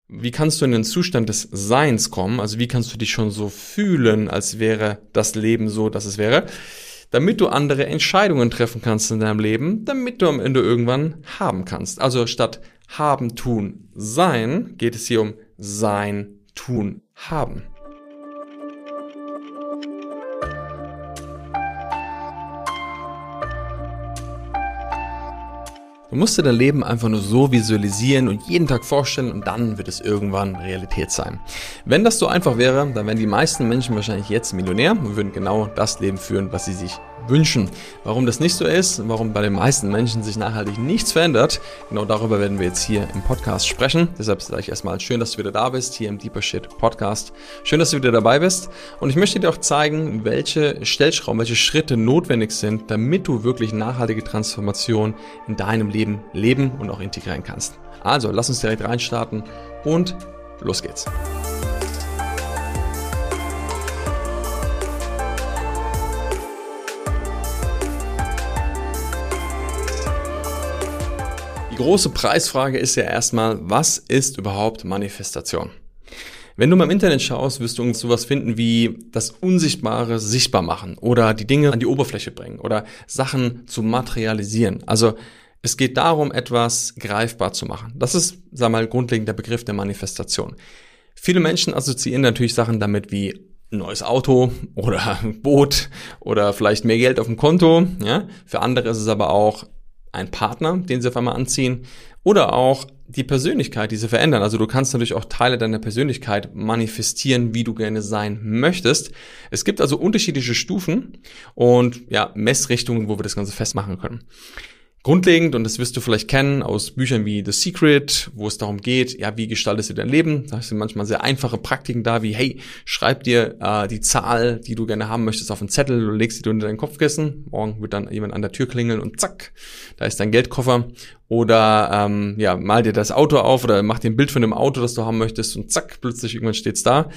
wie kannst du in den Zustand des Seins kommen? Also wie kannst du dich schon so fühlen, als wäre das Leben so, dass es wäre, damit du andere Entscheidungen treffen kannst in deinem Leben, damit du am Ende irgendwann haben kannst. Also statt haben, tun, sein, geht es hier um sein, tun, haben. Du musst dir dein Leben einfach nur so visualisieren und jeden Tag vorstellen und dann wird es irgendwann Realität sein. Wenn das so einfach wäre, dann wären die meisten Menschen wahrscheinlich jetzt Millionär und würden genau das Leben führen, was sie sich wünschen. Warum das nicht so ist, warum bei den meisten Menschen sich nachhaltig nichts verändert, genau darüber werden wir jetzt hier im Podcast sprechen. Deshalb sage ich erstmal schön, dass du wieder da bist, hier im Deeper Shit Podcast. Schön, dass du wieder dabei bist und ich möchte dir auch zeigen, welche Stellschrauben, welche Schritte notwendig sind, damit du wirklich nachhaltige Transformation in deinem Leben leben und auch integrieren kannst. Also, lass uns direkt reinstarten und los geht's. Die große Preisfrage ist ja erstmal, was ist überhaupt Manifestation? Wenn du mal im Internet schaust, wirst du sowas finden wie das Unsichtbare sichtbar machen oder die Dinge an die Oberfläche bringen oder Sachen zu materialisieren. Also es geht darum, etwas greifbar zu machen. Das ist, sag mal, grundlegend der Begriff der Manifestation. Viele Menschen assoziieren natürlich Sachen damit wie ein neues Auto oder ein Boot oder vielleicht mehr Geld auf dem Konto. Ja? Für andere ist es aber auch ein Partner, den sie auf einmal anziehen oder auch die Persönlichkeit, die sie verändern. Also du kannst natürlich auch Teile deiner Persönlichkeit manifestieren, wie du gerne sein möchtest. Es gibt also unterschiedliche Stufen und ja, Messrichtungen, wo wir das Ganze festmachen können. Grundlegend, und das wirst du vielleicht kennen aus Büchern wie The Secret, wo es darum geht, ja, wie gestaltest du dein Leben? Da sind manchmal sehr einfache Praktiken da, wie, hey, schreib dir die Zahl, die du gerne haben möchtest, auf einen Zettel, du legst sie unter dein Kopfkissen, morgen wird dann jemand an der Tür klingeln und zack, da ist dein Geldkoffer. Oder mal dir das Auto auf oder mach dir ein Bild von dem Auto, das du haben möchtest und zack, plötzlich irgendwann steht's da.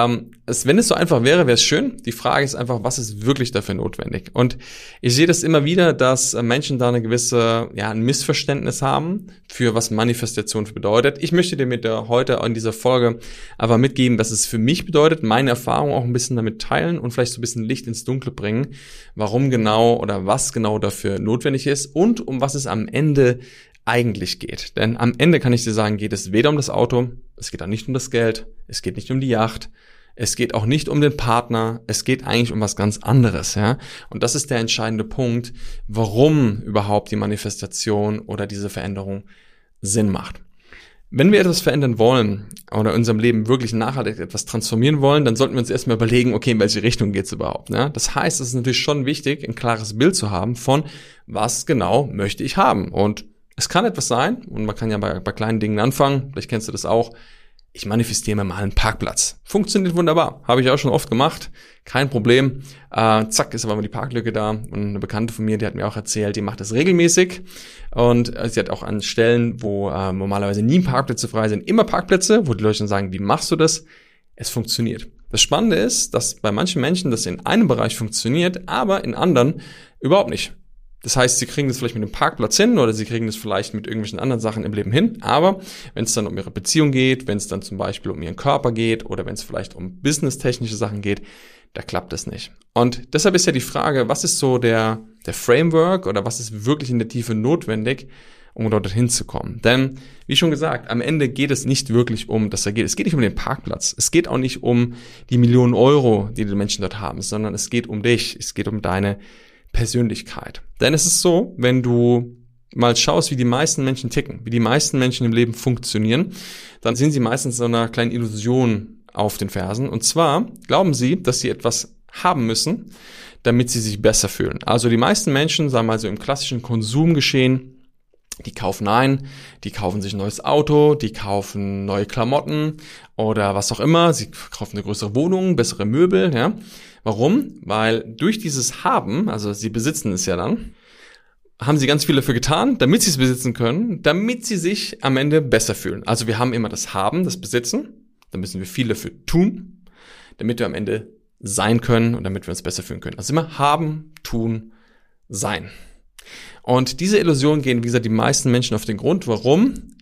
Wenn es so einfach wäre, wäre es schön. Die Frage ist einfach, was ist wirklich dafür notwendig? Und ich sehe das immer wieder, dass Menschen da eine gewisse, ein Missverständnis haben, für was Manifestation bedeutet. Ich möchte dir heute in dieser Folge aber mitgeben, was es für mich bedeutet, meine Erfahrung auch ein bisschen damit teilen und vielleicht so ein bisschen Licht ins Dunkle bringen, warum genau oder was genau dafür notwendig ist und um was es am Ende eigentlich geht. Denn am Ende kann ich dir sagen, geht es weder um das Auto, es geht auch nicht um das Geld, es geht nicht um die Yacht, es geht auch nicht um den Partner, es geht eigentlich um was ganz anderes, ja. Und das ist der entscheidende Punkt, warum überhaupt die Manifestation oder diese Veränderung Sinn macht. Wenn wir etwas verändern wollen oder in unserem Leben wirklich nachhaltig etwas transformieren wollen, dann sollten wir uns erstmal überlegen, okay, in welche Richtung geht's überhaupt, ne? Das heißt, es ist natürlich schon wichtig, ein klares Bild zu haben von, was genau möchte ich haben. Und es kann etwas sein, und man kann ja bei kleinen Dingen anfangen, vielleicht kennst du das auch, ich manifestiere mir mal einen Parkplatz. Funktioniert wunderbar, habe ich auch schon oft gemacht, kein Problem. Zack, ist aber mal die Parklücke da. Und eine Bekannte von mir, die hat mir auch erzählt, die macht das regelmäßig. Und sie hat auch an Stellen, wo normalerweise nie Parkplätze frei sind, immer Parkplätze, wo die Leute dann sagen, wie machst du das? Es funktioniert. Das Spannende ist, dass bei manchen Menschen das in einem Bereich funktioniert, aber in anderen überhaupt nicht. Das heißt, sie kriegen das vielleicht mit dem Parkplatz hin oder sie kriegen das vielleicht mit irgendwelchen anderen Sachen im Leben hin. Aber wenn es dann um ihre Beziehung geht, wenn es dann zum Beispiel um ihren Körper geht oder wenn es vielleicht um businesstechnische Sachen geht, da klappt das nicht. Und deshalb ist ja die Frage, was ist so der Framework oder was ist wirklich in der Tiefe notwendig, um dorthin zu kommen? Denn, wie schon gesagt, am Ende geht es nicht wirklich um das Ergebnis. Es geht nicht um den Parkplatz. Es geht auch nicht um die Millionen Euro, die die Menschen dort haben, sondern es geht um dich. Es geht um deine Persönlichkeit. Denn es ist so, wenn du mal schaust, wie die meisten Menschen ticken, wie die meisten Menschen im Leben funktionieren, dann sind sie meistens so einer kleinen Illusion auf den Fersen. Und zwar glauben sie, dass sie etwas haben müssen, damit sie sich besser fühlen. Also die meisten Menschen, sagen wir mal so im klassischen Konsumgeschehen, die kaufen ein, die kaufen sich ein neues Auto, die kaufen neue Klamotten oder was auch immer. Sie kaufen eine größere Wohnung, bessere Möbel, ja. Warum? Weil durch dieses Haben, also sie besitzen es ja dann, haben sie ganz viel dafür getan, damit sie es besitzen können, damit sie sich am Ende besser fühlen. Also wir haben immer das Haben, das Besitzen, da müssen wir viel dafür tun, damit wir am Ende sein können und damit wir uns besser fühlen können. Also immer haben, tun, sein. Und diese Illusion gehen, wie gesagt, die meisten Menschen auf den Grund. Warum?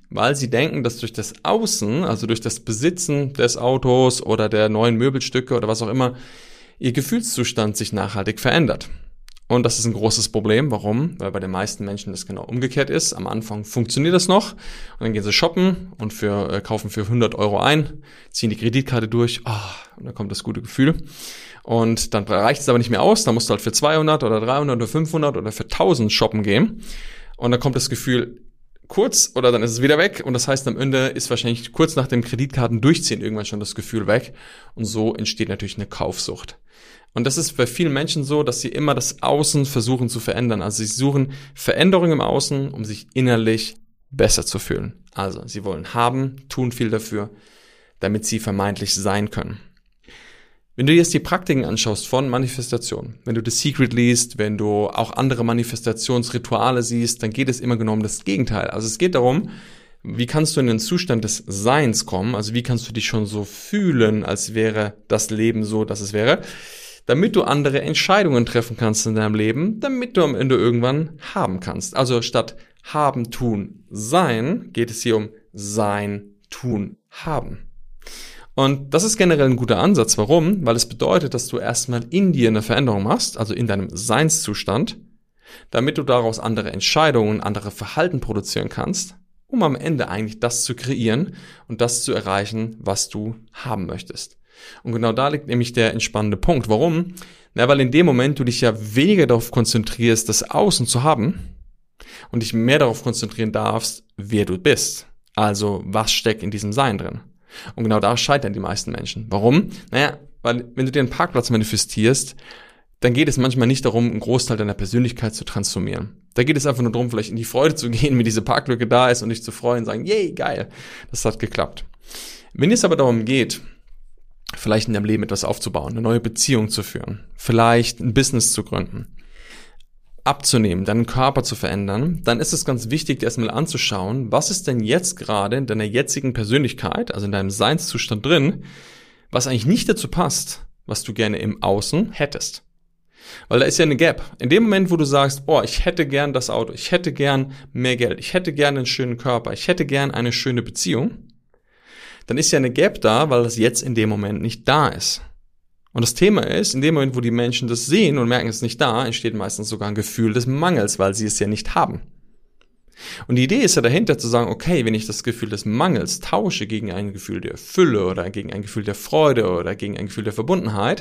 weil sie denken, dass durch das Außen, also durch das Besitzen des Autos oder der neuen Möbelstücke oder was auch immer, ihr Gefühlszustand sich nachhaltig verändert. Und das ist ein großes Problem. Warum? Weil bei den meisten Menschen das genau umgekehrt ist. Am Anfang funktioniert das noch und dann gehen sie shoppen und kaufen für 100 Euro ein, ziehen die Kreditkarte durch und dann kommt das gute Gefühl. Und dann reicht es aber nicht mehr aus, dann musst du halt für 200 oder 300 oder 500 oder für 1000 shoppen gehen. Und dann kommt das Gefühl kurz oder dann ist es wieder weg. Und das heißt, am Ende ist wahrscheinlich kurz nach dem Kreditkartendurchziehen irgendwann schon das Gefühl weg. Und so entsteht natürlich eine Kaufsucht. Und das ist bei vielen Menschen so, dass sie immer das Außen versuchen zu verändern. Also sie suchen Veränderungen im Außen, um sich innerlich besser zu fühlen. Also sie wollen haben, tun viel dafür, damit sie vermeintlich sein können. Wenn du dir jetzt die Praktiken anschaust von Manifestation, wenn du The Secret liest, wenn du auch andere Manifestationsrituale siehst, dann geht es immer genau um das Gegenteil. Also es geht darum, wie kannst du in den Zustand des Seins kommen, also wie kannst du dich schon so fühlen, als wäre das Leben so, dass es wäre, damit du andere Entscheidungen treffen kannst in deinem Leben, damit du am Ende irgendwann haben kannst. Also statt haben, tun, sein, geht es hier um sein, tun, haben. Und das ist generell ein guter Ansatz. Warum? Weil es bedeutet, dass du erstmal in dir eine Veränderung machst, also in deinem Seinszustand, damit du daraus andere Entscheidungen, andere Verhalten produzieren kannst, um am Ende eigentlich das zu kreieren und das zu erreichen, was du haben möchtest. Und genau da liegt nämlich der entspannende Punkt. Warum? Weil in dem Moment du dich ja weniger darauf konzentrierst, das Außen zu haben und dich mehr darauf konzentrieren darfst, wer du bist. Also was steckt in diesem Sein drin. Und genau da scheitern die meisten Menschen. Warum? Weil wenn du dir einen Parkplatz manifestierst, dann geht es manchmal nicht darum, einen Großteil deiner Persönlichkeit zu transformieren. Da geht es einfach nur darum, vielleicht in die Freude zu gehen, wie diese Parklücke da ist und dich zu freuen und sagen, yay, geil, das hat geklappt. Wenn es aber darum geht, vielleicht in deinem Leben etwas aufzubauen, eine neue Beziehung zu führen, vielleicht ein Business zu gründen, abzunehmen, deinen Körper zu verändern, dann ist es ganz wichtig, dir erstmal anzuschauen, was ist denn jetzt gerade in deiner jetzigen Persönlichkeit, also in deinem Seinszustand drin, was eigentlich nicht dazu passt, was du gerne im Außen hättest. Weil da ist ja eine Gap. In dem Moment, wo du sagst, ich hätte gern das Auto, ich hätte gern mehr Geld, ich hätte gern einen schönen Körper, ich hätte gern eine schöne Beziehung, dann ist ja eine Gap da, weil das jetzt in dem Moment nicht da ist. Und das Thema ist, in dem Moment, wo die Menschen das sehen und merken, es ist nicht da, entsteht meistens sogar ein Gefühl des Mangels, weil sie es ja nicht haben. Und die Idee ist ja dahinter zu sagen, okay, wenn ich das Gefühl des Mangels tausche gegen ein Gefühl der Fülle oder gegen ein Gefühl der Freude oder gegen ein Gefühl der Verbundenheit,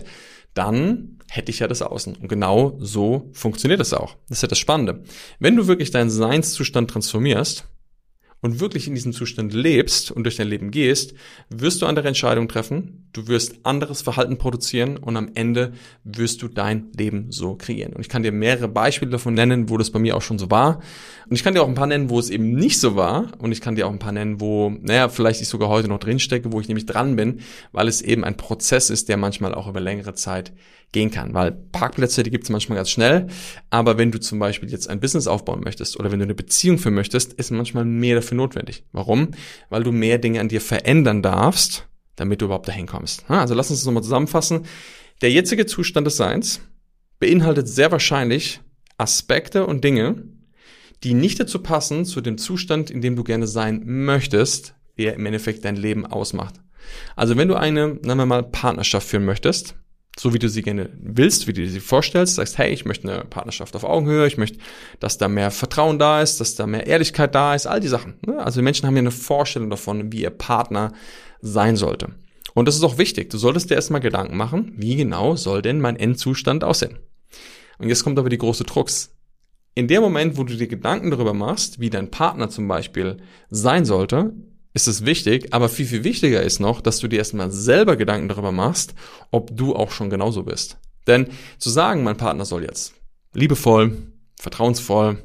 dann hätte ich ja das Außen. Und genau so funktioniert es auch. Das ist ja das Spannende. Wenn du wirklich deinen Seinszustand transformierst und wirklich in diesem Zustand lebst und durch dein Leben gehst, wirst du andere Entscheidungen treffen, du wirst anderes Verhalten produzieren und am Ende wirst du dein Leben so kreieren. Und ich kann dir mehrere Beispiele davon nennen, wo das bei mir auch schon so war. Und ich kann dir auch ein paar nennen, wo es eben nicht so war. Und ich kann dir auch ein paar nennen, wo, vielleicht ich sogar heute noch drinstecke, wo ich nämlich dran bin, weil es eben ein Prozess ist, der manchmal auch über längere Zeit gehen kann. Weil Parkplätze, die gibt es manchmal ganz schnell. Aber wenn du zum Beispiel jetzt ein Business aufbauen möchtest oder wenn du eine Beziehung führen möchtest, ist manchmal mehr dafür notwendig. Warum? Weil du mehr Dinge an dir verändern darfst, damit du überhaupt dahin kommst. Also lass uns das nochmal zusammenfassen. Der jetzige Zustand des Seins beinhaltet sehr wahrscheinlich Aspekte und Dinge, die nicht dazu passen, zu dem Zustand, in dem du gerne sein möchtest, der im Endeffekt dein Leben ausmacht. Also wenn du eine, nennen wir mal, Partnerschaft führen möchtest, so wie du sie gerne willst, wie du sie vorstellst, sagst, hey, ich möchte eine Partnerschaft auf Augenhöhe, ich möchte, dass da mehr Vertrauen da ist, dass da mehr Ehrlichkeit da ist, all die Sachen. Also die Menschen haben ja eine Vorstellung davon, wie ihr Partner sein sollte. Und das ist auch wichtig. Du solltest dir erstmal Gedanken machen, wie genau soll denn mein Endzustand aussehen? Und jetzt kommt aber die große Krux. In dem Moment, wo du dir Gedanken darüber machst, wie dein Partner zum Beispiel sein sollte, ist es wichtig, aber viel, viel wichtiger ist noch, dass du dir erstmal selber Gedanken darüber machst, ob du auch schon genauso bist. Denn zu sagen, mein Partner soll jetzt liebevoll, vertrauensvoll,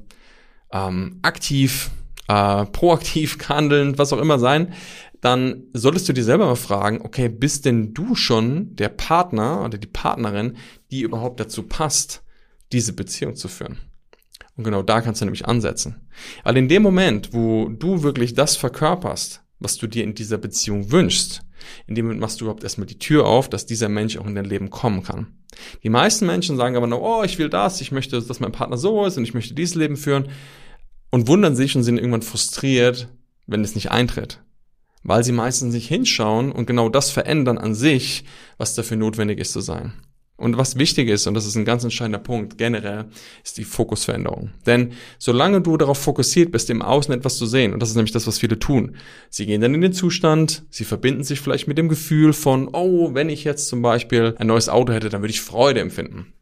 aktiv, proaktiv handeln, was auch immer sein, dann solltest du dir selber mal fragen, okay, bist denn du schon der Partner oder die Partnerin, die überhaupt dazu passt, diese Beziehung zu führen? Und genau da kannst du nämlich ansetzen. Weil in dem Moment, wo du wirklich das verkörperst, was du dir in dieser Beziehung wünschst, in dem Moment machst du überhaupt erstmal die Tür auf, dass dieser Mensch auch in dein Leben kommen kann. Die meisten Menschen sagen aber nur, ich will das, ich möchte, dass mein Partner so ist und ich möchte dieses Leben führen und wundern sich und sind irgendwann frustriert, wenn es nicht eintritt. Weil sie meistens nicht hinschauen und genau das verändern an sich, was dafür notwendig ist zu sein. Und was wichtig ist, und das ist ein ganz entscheidender Punkt generell, ist die Fokusveränderung. Denn solange du darauf fokussiert bist, im Außen etwas zu sehen, und das ist nämlich das, was viele tun, sie gehen dann in den Zustand, sie verbinden sich vielleicht mit dem Gefühl von, oh, wenn ich jetzt zum Beispiel ein neues Auto hätte, dann würde ich Freude empfinden.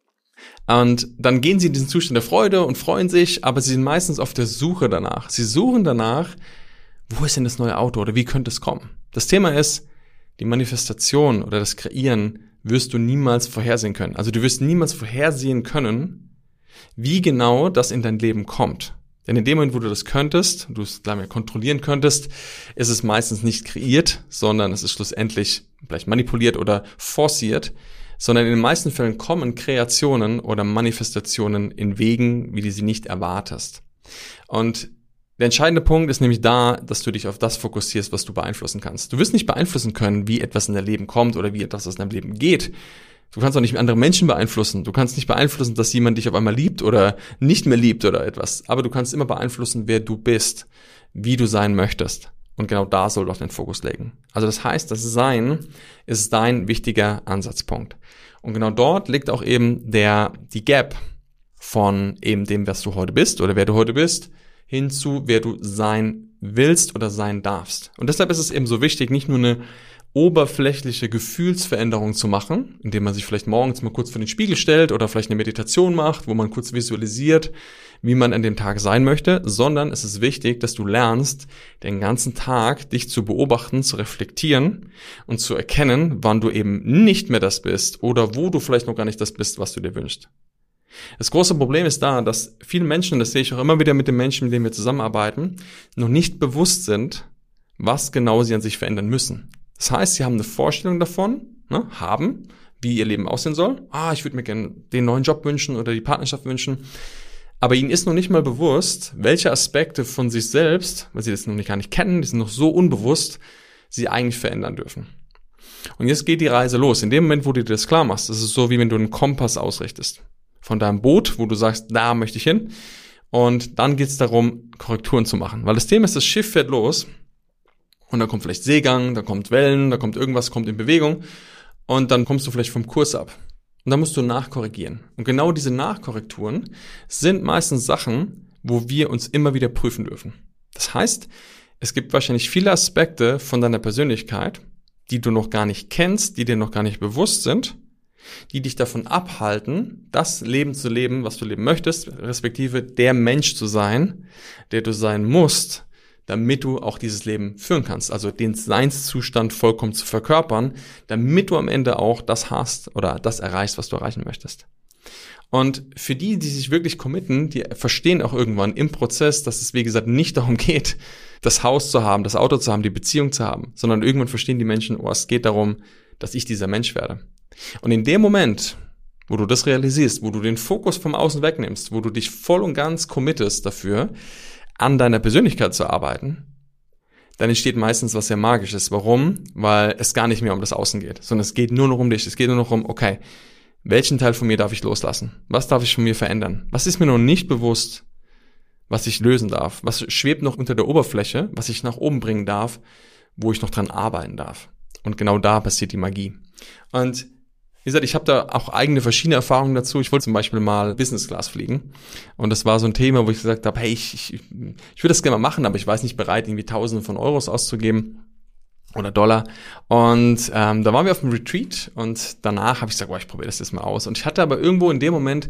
Und dann gehen sie in diesen Zustand der Freude und freuen sich, aber sie sind meistens auf der Suche danach. Sie suchen danach, wo ist denn das neue Auto oder wie könnte es kommen? Das Thema ist, die Manifestation oder das Kreieren wirst du niemals vorhersehen können. Also du wirst niemals vorhersehen können, wie genau das in dein Leben kommt. Denn in dem Moment, wo du das könntest, du es gleich mal kontrollieren könntest, ist es meistens nicht kreiert, sondern es ist schlussendlich vielleicht manipuliert oder forciert, sondern in den meisten Fällen kommen Kreationen oder Manifestationen in Wegen, wie du sie nicht erwartest. Und der entscheidende Punkt ist nämlich da, dass du dich auf das fokussierst, was du beeinflussen kannst. Du wirst nicht beeinflussen können, wie etwas in dein Leben kommt oder wie etwas aus deinem Leben geht. Du kannst auch nicht andere Menschen beeinflussen. Du kannst nicht beeinflussen, dass jemand dich auf einmal liebt oder nicht mehr liebt oder etwas. Aber du kannst immer beeinflussen, wer du bist, wie du sein möchtest. Und genau da soll doch dein Fokus liegen. Also das heißt, das Sein ist dein wichtiger Ansatzpunkt. Und genau dort liegt auch eben die Gap von eben dem, was du heute bist oder wer du heute bist, hinzu, wer du sein willst oder sein darfst. Und deshalb ist es eben so wichtig, nicht nur eine oberflächliche Gefühlsveränderung zu machen, indem man sich vielleicht morgens mal kurz vor den Spiegel stellt oder vielleicht eine Meditation macht, wo man kurz visualisiert, wie man an dem Tag sein möchte, sondern es ist wichtig, dass du lernst, den ganzen Tag dich zu beobachten, zu reflektieren und zu erkennen, wann du eben nicht mehr das bist oder wo du vielleicht noch gar nicht das bist, was du dir wünschst. Das große Problem ist da, dass viele Menschen, das sehe ich auch immer wieder mit den Menschen, mit denen wir zusammenarbeiten, noch nicht bewusst sind, was genau sie an sich verändern müssen. Das heißt, sie haben eine Vorstellung davon, wie ihr Leben aussehen soll. Ich würde mir gerne den neuen Job wünschen oder die Partnerschaft wünschen. Aber ihnen ist noch nicht mal bewusst, welche Aspekte von sich selbst, weil sie das noch gar nicht kennen, die sind noch so unbewusst, sie eigentlich verändern dürfen. Und jetzt geht die Reise los. In dem Moment, wo du dir das klar machst, das ist so, wie wenn du einen Kompass ausrichtest. Von deinem Boot, wo du sagst, da möchte ich hin. Und dann geht es darum, Korrekturen zu machen. Weil das Thema ist, das Schiff fährt los und da kommt vielleicht Seegang, da kommt Wellen, da kommt irgendwas, kommt in Bewegung und dann kommst du vielleicht vom Kurs ab. Und dann musst du nachkorrigieren. Und genau diese Nachkorrekturen sind meistens Sachen, wo wir uns immer wieder prüfen dürfen. Das heißt, es gibt wahrscheinlich viele Aspekte von deiner Persönlichkeit, die du noch gar nicht kennst, die dir noch gar nicht bewusst sind, die dich davon abhalten, das Leben zu leben, was du leben möchtest, respektive der Mensch zu sein, der du sein musst, damit du auch dieses Leben führen kannst. Also den Seinszustand vollkommen zu verkörpern, damit du am Ende auch das hast oder das erreichst, was du erreichen möchtest. Und für die sich wirklich committen, die verstehen auch irgendwann im Prozess, dass es, wie gesagt, nicht darum geht, das Haus zu haben, das Auto zu haben, die Beziehung zu haben, sondern irgendwann verstehen die Menschen, es geht darum, dass ich dieser Mensch werde. Und in dem Moment, wo du das realisierst, wo du den Fokus vom Außen wegnimmst, wo du dich voll und ganz committest dafür, an deiner Persönlichkeit zu arbeiten, dann entsteht meistens was sehr Magisches. Warum? Weil es gar nicht mehr um das Außen geht, sondern es geht nur noch um dich. Es geht nur noch um, okay, welchen Teil von mir darf ich loslassen? Was darf ich von mir verändern? Was ist mir noch nicht bewusst, was ich lösen darf? Was schwebt noch unter der Oberfläche, was ich nach oben bringen darf, wo ich noch dran arbeiten darf? Und genau da passiert die Magie. Und wie gesagt, ich habe da auch eigene verschiedene Erfahrungen dazu. Ich wollte zum Beispiel mal Business Class fliegen. Und das war so ein Thema, wo ich gesagt habe, hey, ich würde das gerne mal machen, aber ich weiß nicht bereit, irgendwie Tausende von Euros auszugeben oder Dollar. Und da waren wir auf dem Retreat und danach habe ich gesagt, ich probiere das jetzt mal aus. Und ich hatte aber irgendwo in dem Moment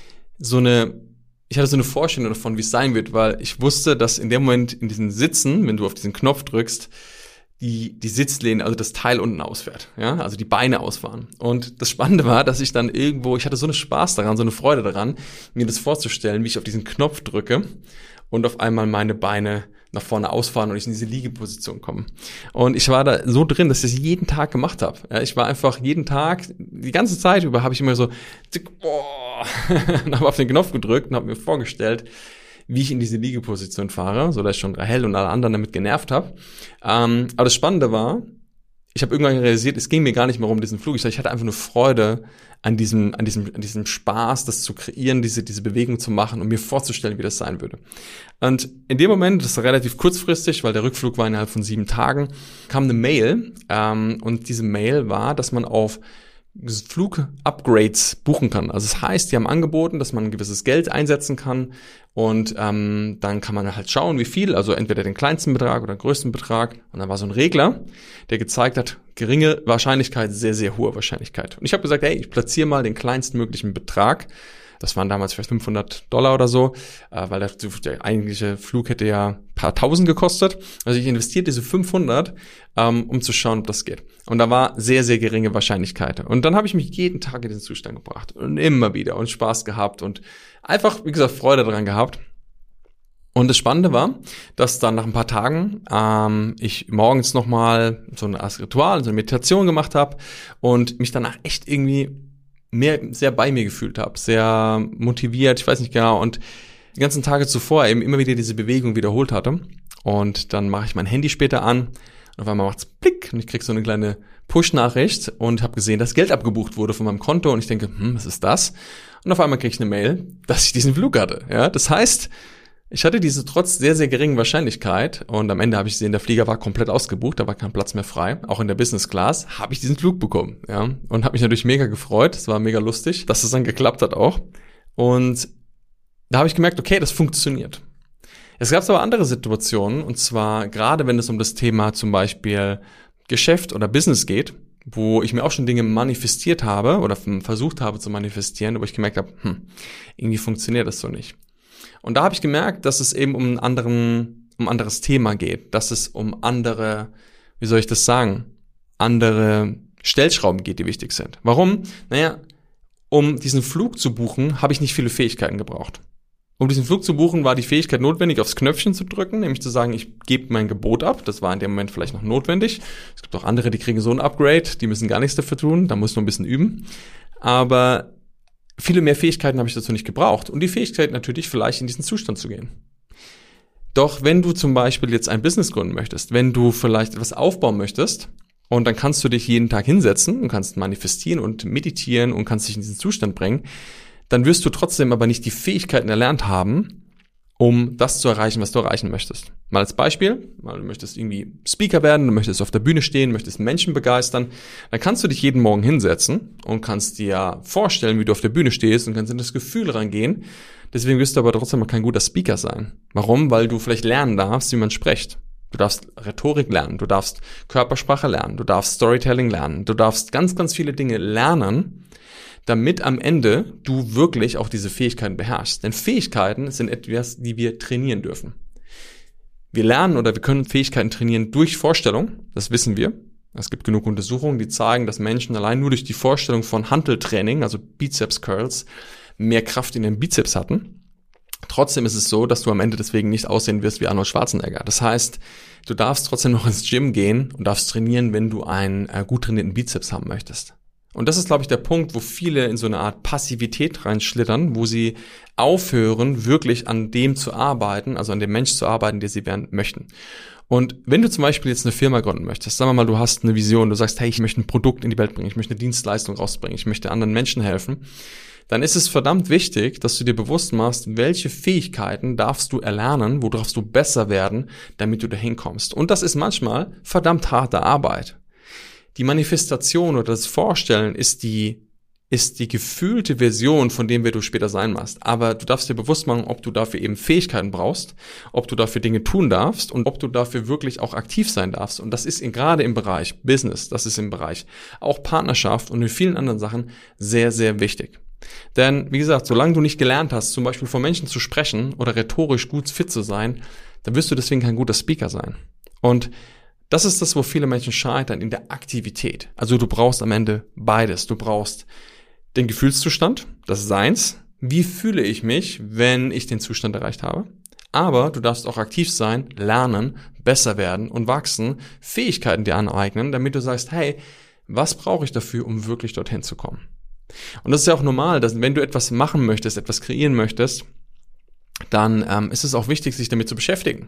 ich hatte so eine Vorstellung davon, wie es sein wird, weil ich wusste, dass in dem Moment in diesen Sitzen, wenn du auf diesen Knopf drückst, die Sitzlehne, also das Teil unten ausfährt, ja, also die Beine ausfahren. Und das Spannende war, dass ich dann ich hatte so einen Spaß daran, so eine Freude daran, mir das vorzustellen, wie ich auf diesen Knopf drücke und auf einmal meine Beine nach vorne ausfahren und ich in diese Liegeposition komme. Und ich war da so drin, dass ich das jeden Tag gemacht habe. Ja, ich war einfach jeden Tag, die ganze Zeit über habe ich immer so und habe auf den Knopf gedrückt und habe mir vorgestellt, wie ich in diese Liegeposition fahre, so dass ich schon Rahel und alle anderen damit genervt habe. Aber das Spannende war, ich habe irgendwann realisiert, es ging mir gar nicht mehr um diesen Flug. Ich hatte einfach nur Freude an diesem Spaß, das zu kreieren, diese Bewegung zu machen und mir vorzustellen, wie das sein würde. Und in dem Moment, das war relativ kurzfristig, weil der Rückflug war innerhalb von 7 Tagen, kam eine Mail, und diese Mail war, dass man auf Flug-Upgrades buchen kann. Also das heißt, die haben angeboten, dass man ein gewisses Geld einsetzen kann und dann kann man halt schauen, wie viel, also entweder den kleinsten Betrag oder den größten Betrag. Und dann war so ein Regler, der gezeigt hat, geringe Wahrscheinlichkeit, sehr, sehr hohe Wahrscheinlichkeit. Und ich habe gesagt, hey, ich platziere mal den kleinstmöglichen Betrag. Das waren damals vielleicht $500 oder so, weil der eigentliche Flug hätte ja ein paar Tausend gekostet. Also ich investiere diese 500, um zu schauen, ob das geht. Und da war sehr, sehr geringe Wahrscheinlichkeit. Und dann habe ich mich jeden Tag in den Zustand gebracht und immer wieder und Spaß gehabt und einfach, wie gesagt, Freude daran gehabt. Und das Spannende war, dass dann nach ein paar Tagen ich morgens nochmal so ein Ritual, so eine Meditation gemacht habe und mich danach echt irgendwie sehr bei mir gefühlt habe, sehr motiviert, ich weiß nicht genau, und die ganzen Tage zuvor eben immer wieder diese Bewegung wiederholt hatte. Und dann mache ich mein Handy später an und auf einmal macht's Blick und ich krieg so eine kleine Push-Nachricht und habe gesehen, dass Geld abgebucht wurde von meinem Konto und ich denke, was ist das? Und auf einmal krieg ich eine Mail, dass ich diesen Flug hatte. Ja, das heißt, ich hatte diese trotz sehr, sehr geringen Wahrscheinlichkeit und am Ende habe ich gesehen, der Flieger war komplett ausgebucht, da war kein Platz mehr frei. Auch in der Business Class habe ich diesen Flug bekommen, ja, und habe mich natürlich mega gefreut. Es war mega lustig, dass es dann geklappt hat auch. Und da habe ich gemerkt, okay, das funktioniert. Es gab aber andere Situationen und zwar gerade, wenn es um das Thema zum Beispiel Geschäft oder Business geht, wo ich mir auch schon Dinge manifestiert habe oder versucht habe zu manifestieren, wo ich gemerkt habe, irgendwie funktioniert das so nicht. Und da habe ich gemerkt, dass es eben um ein anderes Thema geht, dass es um andere, wie soll ich das sagen, andere Stellschrauben geht, die wichtig sind. Warum? Naja, um diesen Flug zu buchen, habe ich nicht viele Fähigkeiten gebraucht. Um diesen Flug zu buchen, war die Fähigkeit notwendig, aufs Knöpfchen zu drücken, nämlich zu sagen, ich gebe mein Gebot ab. Das war in dem Moment vielleicht noch notwendig. Es gibt auch andere, die kriegen so ein Upgrade, die müssen gar nichts dafür tun, da muss nur ein bisschen üben. Aber viele mehr Fähigkeiten habe ich dazu nicht gebraucht. Und die Fähigkeit natürlich, vielleicht in diesen Zustand zu gehen. Doch wenn du zum Beispiel jetzt ein Business gründen möchtest, wenn du vielleicht etwas aufbauen möchtest, und dann kannst du dich jeden Tag hinsetzen und kannst manifestieren und meditieren und kannst dich in diesen Zustand bringen, dann wirst du trotzdem aber nicht die Fähigkeiten erlernt haben, um das zu erreichen, was du erreichen möchtest. Mal als Beispiel, du möchtest irgendwie Speaker werden, du möchtest auf der Bühne stehen, möchtest Menschen begeistern, dann kannst du dich jeden Morgen hinsetzen und kannst dir vorstellen, wie du auf der Bühne stehst und kannst in das Gefühl reingehen. Deswegen wirst du aber trotzdem kein guter Speaker sein. Warum? Weil du vielleicht lernen darfst, wie man spricht. Du darfst Rhetorik lernen, du darfst Körpersprache lernen, du darfst Storytelling lernen, du darfst ganz, ganz viele Dinge lernen, damit am Ende du wirklich auch diese Fähigkeiten beherrschst. Denn Fähigkeiten sind etwas, die wir trainieren dürfen. Wir lernen oder wir können Fähigkeiten trainieren durch Vorstellung, das wissen wir. Es gibt genug Untersuchungen, die zeigen, dass Menschen allein nur durch die Vorstellung von Hanteltraining, also Bizeps Curls, mehr Kraft in den Bizeps hatten. Trotzdem ist es so, dass du am Ende deswegen nicht aussehen wirst wie Arnold Schwarzenegger. Das heißt, du darfst trotzdem noch ins Gym gehen und darfst trainieren, wenn du einen gut trainierten Bizeps haben möchtest. Und das ist, glaube ich, der Punkt, wo viele in so eine Art Passivität reinschlittern, wo sie aufhören, wirklich an dem zu arbeiten, also an dem Mensch zu arbeiten, der sie werden möchten. Und wenn du zum Beispiel jetzt eine Firma gründen möchtest, sagen wir mal, du hast eine Vision, du sagst, hey, ich möchte ein Produkt in die Welt bringen, ich möchte eine Dienstleistung rausbringen, ich möchte anderen Menschen helfen, dann ist es verdammt wichtig, dass du dir bewusst machst, welche Fähigkeiten darfst du erlernen, wo darfst du besser werden, damit du dahin kommst. Und das ist manchmal verdammt harte Arbeit. Die Manifestation oder das Vorstellen ist die gefühlte Version von dem, wer du später sein wirst. Aber du darfst dir bewusst machen, ob du dafür eben Fähigkeiten brauchst, ob du dafür Dinge tun darfst und ob du dafür wirklich auch aktiv sein darfst. Und das ist gerade im Bereich Business, das ist im Bereich auch Partnerschaft und in vielen anderen Sachen sehr, sehr wichtig. Denn, wie gesagt, solange du nicht gelernt hast, zum Beispiel vor Menschen zu sprechen oder rhetorisch gut fit zu sein, dann wirst du deswegen kein guter Speaker sein. Und das ist das, wo viele Menschen scheitern, in der Aktivität. Also du brauchst am Ende beides. Du brauchst den Gefühlszustand, das Seins. Wie fühle ich mich, wenn ich den Zustand erreicht habe? Aber du darfst auch aktiv sein, lernen, besser werden und wachsen, Fähigkeiten dir aneignen, damit du sagst, hey, was brauche ich dafür, um wirklich dorthin zu kommen? Und das ist ja auch normal, dass wenn du etwas machen möchtest, etwas kreieren möchtest, dann ist es auch wichtig, sich damit zu beschäftigen.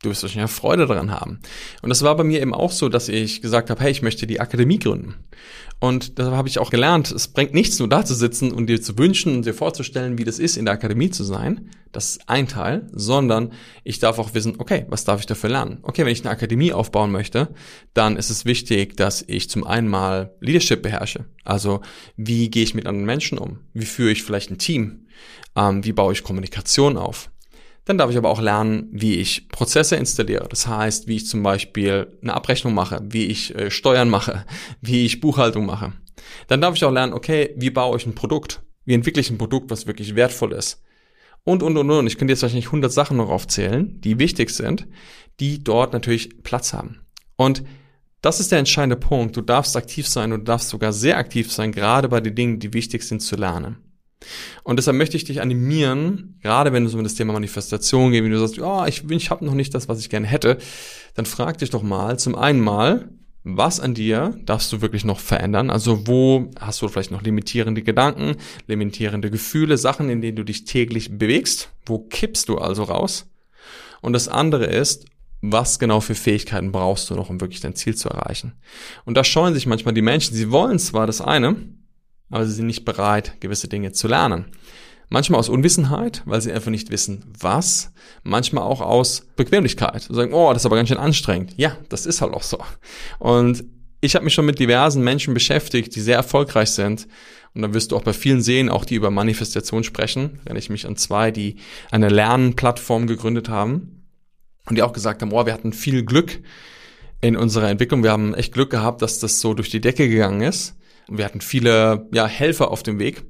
Du wirst wahrscheinlich Freude daran haben. Und das war bei mir eben auch so, dass ich gesagt habe, hey, ich möchte die Akademie gründen. Und da habe ich auch gelernt, es bringt nichts, nur da zu sitzen und dir zu wünschen und dir vorzustellen, wie das ist, in der Akademie zu sein. Das ist ein Teil, sondern ich darf auch wissen, okay, was darf ich dafür lernen? Okay, wenn ich eine Akademie aufbauen möchte, dann ist es wichtig, dass ich zum einen mal Leadership beherrsche. Also, wie gehe ich mit anderen Menschen um? Wie führe ich vielleicht ein Team? Wie baue ich Kommunikation auf? Dann darf ich aber auch lernen, wie ich Prozesse installiere. Das heißt, wie ich zum Beispiel eine Abrechnung mache, wie ich Steuern mache, wie ich Buchhaltung mache. Dann darf ich auch lernen, okay, wie baue ich ein Produkt? Wie entwickle ich ein Produkt, was wirklich wertvoll ist? Und. Ich könnte jetzt wahrscheinlich 100 Sachen noch aufzählen, die wichtig sind, die dort natürlich Platz haben. Und das ist der entscheidende Punkt. Du darfst aktiv sein und du darfst sogar sehr aktiv sein, gerade bei den Dingen, die wichtig sind zu lernen. Und deshalb möchte ich dich animieren, gerade wenn es um das Thema Manifestation geht, wenn du sagst, ich habe noch nicht das, was ich gerne hätte, dann frag dich doch mal, zum einen mal, was an dir darfst du wirklich noch verändern? Also wo hast du vielleicht noch limitierende Gedanken, limitierende Gefühle, Sachen, in denen du dich täglich bewegst? Wo kippst du also raus? Und das andere ist, was genau für Fähigkeiten brauchst du noch, um wirklich dein Ziel zu erreichen? Und da scheuen sich manchmal die Menschen, sie wollen zwar das eine, aber sie sind nicht bereit, gewisse Dinge zu lernen. Manchmal aus Unwissenheit, weil sie einfach nicht wissen, was. Manchmal auch aus Bequemlichkeit. Sie sagen, das ist aber ganz schön anstrengend. Ja, das ist halt auch so. Und ich habe mich schon mit diversen Menschen beschäftigt, die sehr erfolgreich sind. Und da wirst du auch bei vielen sehen, auch die über Manifestation sprechen. Da erinnere ich mich an 2, die eine Lernplattform gegründet haben. Und die auch gesagt haben, wir hatten viel Glück in unserer Entwicklung. Wir haben echt Glück gehabt, dass das so durch die Decke gegangen ist. Und wir hatten viele Helfer auf dem Weg.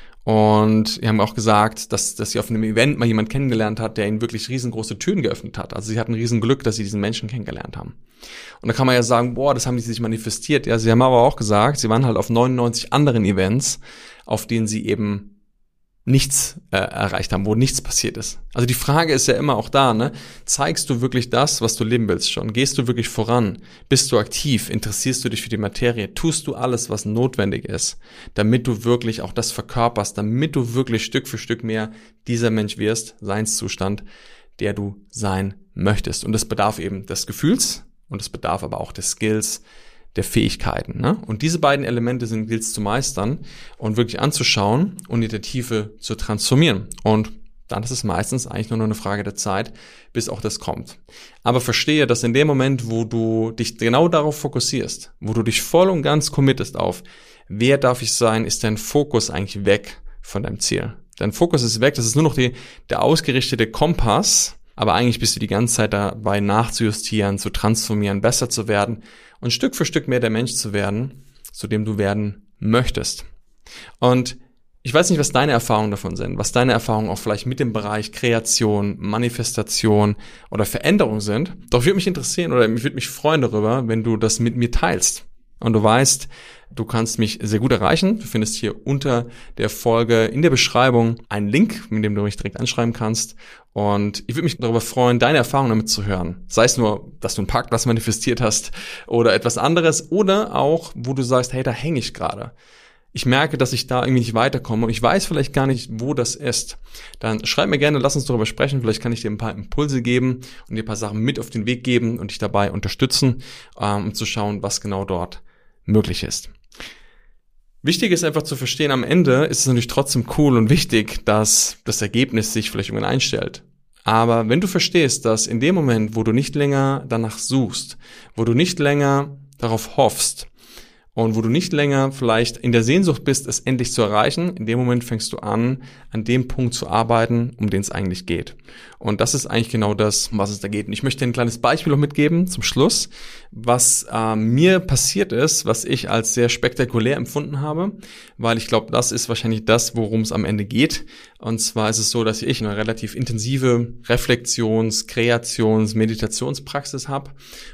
Und wir haben auch gesagt, dass sie auf einem Event mal jemand kennengelernt hat, der ihnen wirklich riesengroße Türen geöffnet hat. Also sie hatten riesen Glück, dass sie diesen Menschen kennengelernt haben. Und da kann man ja sagen, das haben die sich manifestiert. Ja, sie haben aber auch gesagt, sie waren halt auf 99 anderen Events, auf denen sie eben nichts erreicht haben, wo nichts passiert ist. Also die Frage ist ja immer auch da, ne? Zeigst du wirklich das, was du leben willst schon? Gehst du wirklich voran? Bist du aktiv? Interessierst du dich für die Materie? Tust du alles, was notwendig ist, damit du wirklich auch das verkörperst, damit du wirklich Stück für Stück mehr dieser Mensch wirst, Seinszustand, der du sein möchtest. Und das bedarf eben des Gefühls und es bedarf aber auch des Skills, der Fähigkeiten. Ne? Und diese beiden Elemente gilt es zu meistern und wirklich anzuschauen und in der Tiefe zu transformieren. Und dann ist es meistens eigentlich nur noch eine Frage der Zeit, bis auch das kommt. Aber verstehe, dass in dem Moment, wo du dich genau darauf fokussierst, wo du dich voll und ganz committest auf, wer darf ich sein, ist dein Fokus eigentlich weg von deinem Ziel. Dein Fokus ist weg, das ist nur noch der ausgerichtete Kompass, aber eigentlich bist du die ganze Zeit dabei nachzujustieren, zu transformieren, besser zu werden und Stück für Stück mehr der Mensch zu werden, zu dem du werden möchtest. Und ich weiß nicht, was deine Erfahrungen davon sind, was deine Erfahrungen auch vielleicht mit dem Bereich Kreation, Manifestation oder Veränderung sind. Doch würde mich interessieren oder ich würde mich freuen darüber, wenn du das mit mir teilst. Und du weißt, du kannst mich sehr gut erreichen. Du findest hier unter der Folge in der Beschreibung einen Link, mit dem du mich direkt anschreiben kannst. Und ich würde mich darüber freuen, deine Erfahrungen damit zu hören. Sei es nur, dass du einen Parkplatz manifestiert hast oder etwas anderes oder auch, wo du sagst, hey, da hänge ich gerade. Ich merke, dass ich da irgendwie nicht weiterkomme und ich weiß vielleicht gar nicht, wo das ist. Dann schreib mir gerne, lass uns darüber sprechen. Vielleicht kann ich dir ein paar Impulse geben und dir ein paar Sachen mit auf den Weg geben und dich dabei unterstützen, um zu schauen, was genau dort möglich ist. Wichtig ist einfach zu verstehen, am Ende ist es natürlich trotzdem cool und wichtig, dass das Ergebnis sich vielleicht irgendwann einstellt. Aber wenn du verstehst, dass in dem Moment, wo du nicht länger danach suchst, wo du nicht länger darauf hoffst, und wo du nicht länger vielleicht in der Sehnsucht bist, es endlich zu erreichen, in dem Moment fängst du an dem Punkt zu arbeiten, um den es eigentlich geht. Und das ist eigentlich genau das, um was es da geht. Und ich möchte dir ein kleines Beispiel noch mitgeben zum Schluss, was mir passiert ist, was ich als sehr spektakulär empfunden habe, weil ich glaube, das ist wahrscheinlich das, worum es am Ende geht. Und zwar ist es so, dass ich eine relativ intensive Reflexions-, Kreations-, Meditationspraxis habe.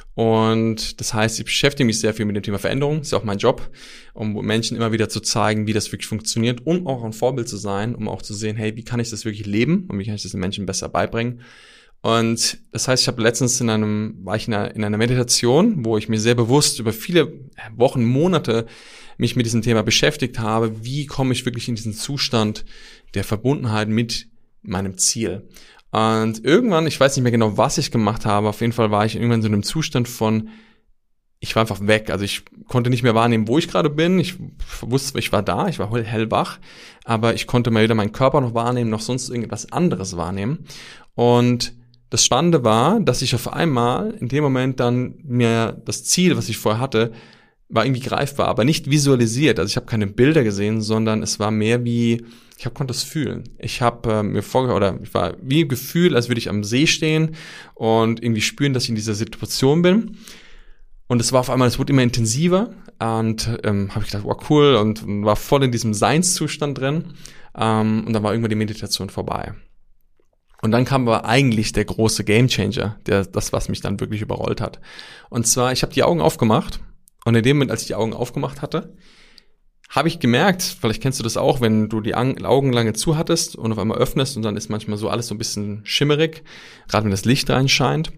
Und das heißt, ich beschäftige mich sehr viel mit dem Thema Veränderung, ist ja auch mein Job, um Menschen immer wieder zu zeigen, wie das wirklich funktioniert, um auch ein Vorbild zu sein, um auch zu sehen, hey, wie kann ich das wirklich leben und wie kann ich das den Menschen besser beibringen. Und das heißt, ich habe letztens war ich in einer Meditation, wo ich mir sehr bewusst über viele Wochen, Monate mich mit diesem Thema beschäftigt habe, wie komme ich wirklich in diesen Zustand der Verbundenheit mit meinem Ziel. Und irgendwann, ich weiß nicht mehr genau, was ich gemacht habe, auf jeden Fall war ich irgendwann in so einem Zustand von, ich war einfach weg. Also ich konnte nicht mehr wahrnehmen, wo ich gerade bin. Ich wusste, ich war da, ich war hellwach, aber ich konnte mal weder meinen Körper noch wahrnehmen, noch sonst irgendetwas anderes wahrnehmen. Und das Spannende war, dass ich auf einmal in dem Moment dann mir das Ziel, was ich vorher hatte, war irgendwie greifbar, aber nicht visualisiert. Also ich habe keine Bilder gesehen, sondern es war mehr wie, konnte es fühlen. Ich habe ich war wie Gefühl, als würde ich am See stehen und irgendwie spüren, dass ich in dieser Situation bin. Und es war auf einmal, es wurde immer intensiver und habe ich gedacht, wow, cool, und war voll in diesem Seinszustand drin. Und dann war irgendwann die Meditation vorbei. Und dann kam aber eigentlich der große Gamechanger, das, was mich dann wirklich überrollt hat. Und zwar, ich habe die Augen aufgemacht. Und in dem Moment, als ich die Augen aufgemacht hatte, habe ich gemerkt, vielleicht kennst du das auch, wenn du die Augen lange zu hattest und auf einmal öffnest und dann ist manchmal so alles so ein bisschen schimmerig, gerade wenn das Licht reinscheint.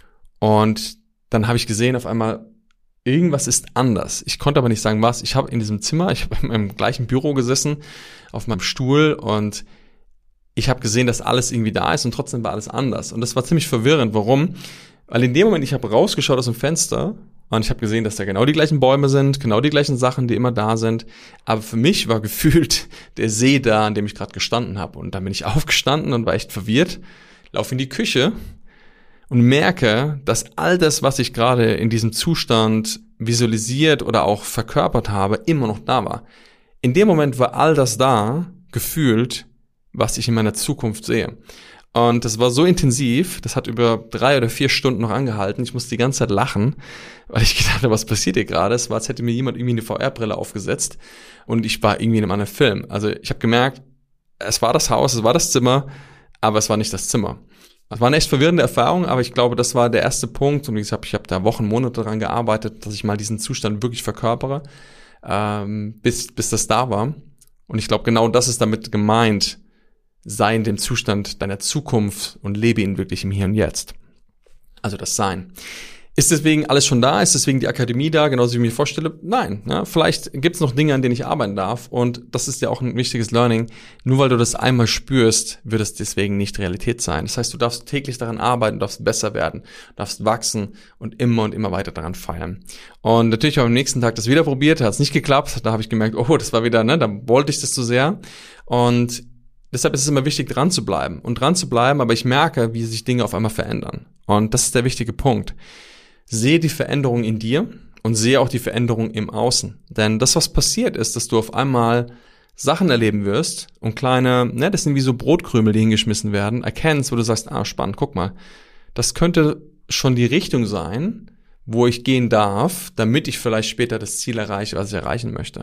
Und dann habe ich gesehen, auf einmal, irgendwas ist anders. Ich konnte aber nicht sagen, was. Ich habe in diesem Zimmer, ich habe in meinem gleichen Büro gesessen, auf meinem Stuhl, und ich habe gesehen, dass alles irgendwie da ist und trotzdem war alles anders. Und das war ziemlich verwirrend. Warum? Weil in dem Moment, ich habe rausgeschaut aus dem Fenster und ich habe gesehen, dass da genau die gleichen Bäume sind, genau die gleichen Sachen, die immer da sind. Aber für mich war gefühlt der See da, an dem ich gerade gestanden habe. Und dann bin ich aufgestanden und war echt verwirrt, laufe in die Küche und merke, dass all das, was ich gerade in diesem Zustand visualisiert oder auch verkörpert habe, immer noch da war. In dem Moment war all das da, gefühlt, was ich in meiner Zukunft sehe. Und das war so intensiv, das hat über 3 oder 4 Stunden noch angehalten. Ich musste die ganze Zeit lachen, weil ich gedacht habe, was passiert hier gerade? Es war, als hätte mir jemand irgendwie eine VR-Brille aufgesetzt und ich war irgendwie in einem anderen Film. Also ich habe gemerkt, es war das Haus, es war das Zimmer, aber es war nicht das Zimmer. Das war eine echt verwirrende Erfahrung, aber ich glaube, das war der erste Punkt. Und wie gesagt, ich habe da Wochen, Monate daran gearbeitet, dass ich mal diesen Zustand wirklich verkörpere, bis das da war. Und ich glaube, genau das ist damit gemeint: sei in dem Zustand deiner Zukunft und lebe ihn wirklich im Hier und Jetzt. Also das Sein. Ist deswegen alles schon da? Ist deswegen die Akademie da, genauso wie ich mir vorstelle? Nein. Ja, vielleicht gibt es noch Dinge, an denen ich arbeiten darf. Und das ist ja auch ein wichtiges Learning. Nur weil du das einmal spürst, wird es deswegen nicht Realität sein. Das heißt, du darfst täglich daran arbeiten, darfst besser werden, darfst wachsen und immer weiter daran feiern. Und natürlich habe ich am nächsten Tag das wieder probiert, hat es nicht geklappt. Da habe ich gemerkt, oh, das war wieder, da wollte ich das zu sehr. Und deshalb ist es immer wichtig, dran zu bleiben. Aber ich merke, wie sich Dinge auf einmal verändern. Und das ist der wichtige Punkt. Sehe die Veränderung in dir und sehe auch die Veränderung im Außen. Denn das, was passiert ist, dass du auf einmal Sachen erleben wirst und kleine, das sind wie so Brotkrümel, die hingeschmissen werden, erkennst, wo du sagst, spannend, guck mal, das könnte schon die Richtung sein, wo ich gehen darf, damit ich vielleicht später das Ziel erreiche, was ich erreichen möchte.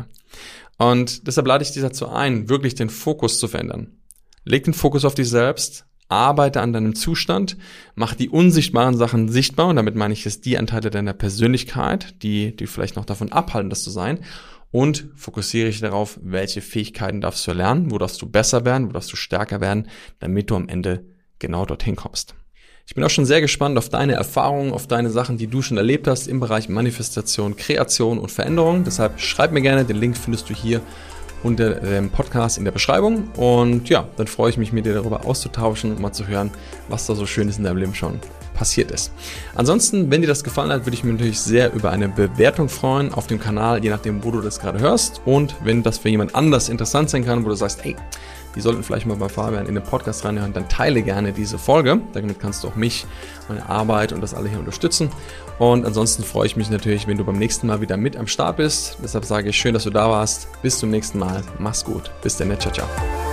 Und deshalb lade ich dich dazu ein, wirklich den Fokus zu verändern. Leg den Fokus auf dich selbst, arbeite an deinem Zustand, mach die unsichtbaren Sachen sichtbar, und damit meine ich jetzt die Anteile deiner Persönlichkeit, die vielleicht noch davon abhalten, das zu sein, und fokussiere dich darauf, welche Fähigkeiten darfst du lernen, wo darfst du besser werden, wo darfst du stärker werden, damit du am Ende genau dorthin kommst. Ich bin auch schon sehr gespannt auf deine Erfahrungen, auf deine Sachen, die du schon erlebt hast im Bereich Manifestation, Kreation und Veränderung. Deshalb schreib mir gerne, den Link findest du hier unter dem Podcast in der Beschreibung. Und ja, dann freue ich mich, mit dir darüber auszutauschen und mal zu hören, was da so Schönes in deinem Leben schon passiert ist. Ansonsten, wenn dir das gefallen hat, würde ich mich natürlich sehr über eine Bewertung freuen auf dem Kanal, je nachdem, wo du das gerade hörst. Und wenn das für jemand anders interessant sein kann, wo du sagst, hey, die sollten vielleicht mal bei Fabian in den Podcast reinhören, dann teile gerne diese Folge. Damit kannst du auch mich, meine Arbeit und das alle hier unterstützen. Und ansonsten freue ich mich natürlich, wenn du beim nächsten Mal wieder mit am Start bist. Deshalb sage ich, schön, dass du da warst. Bis zum nächsten Mal. Mach's gut. Bis dann. Ciao, ciao.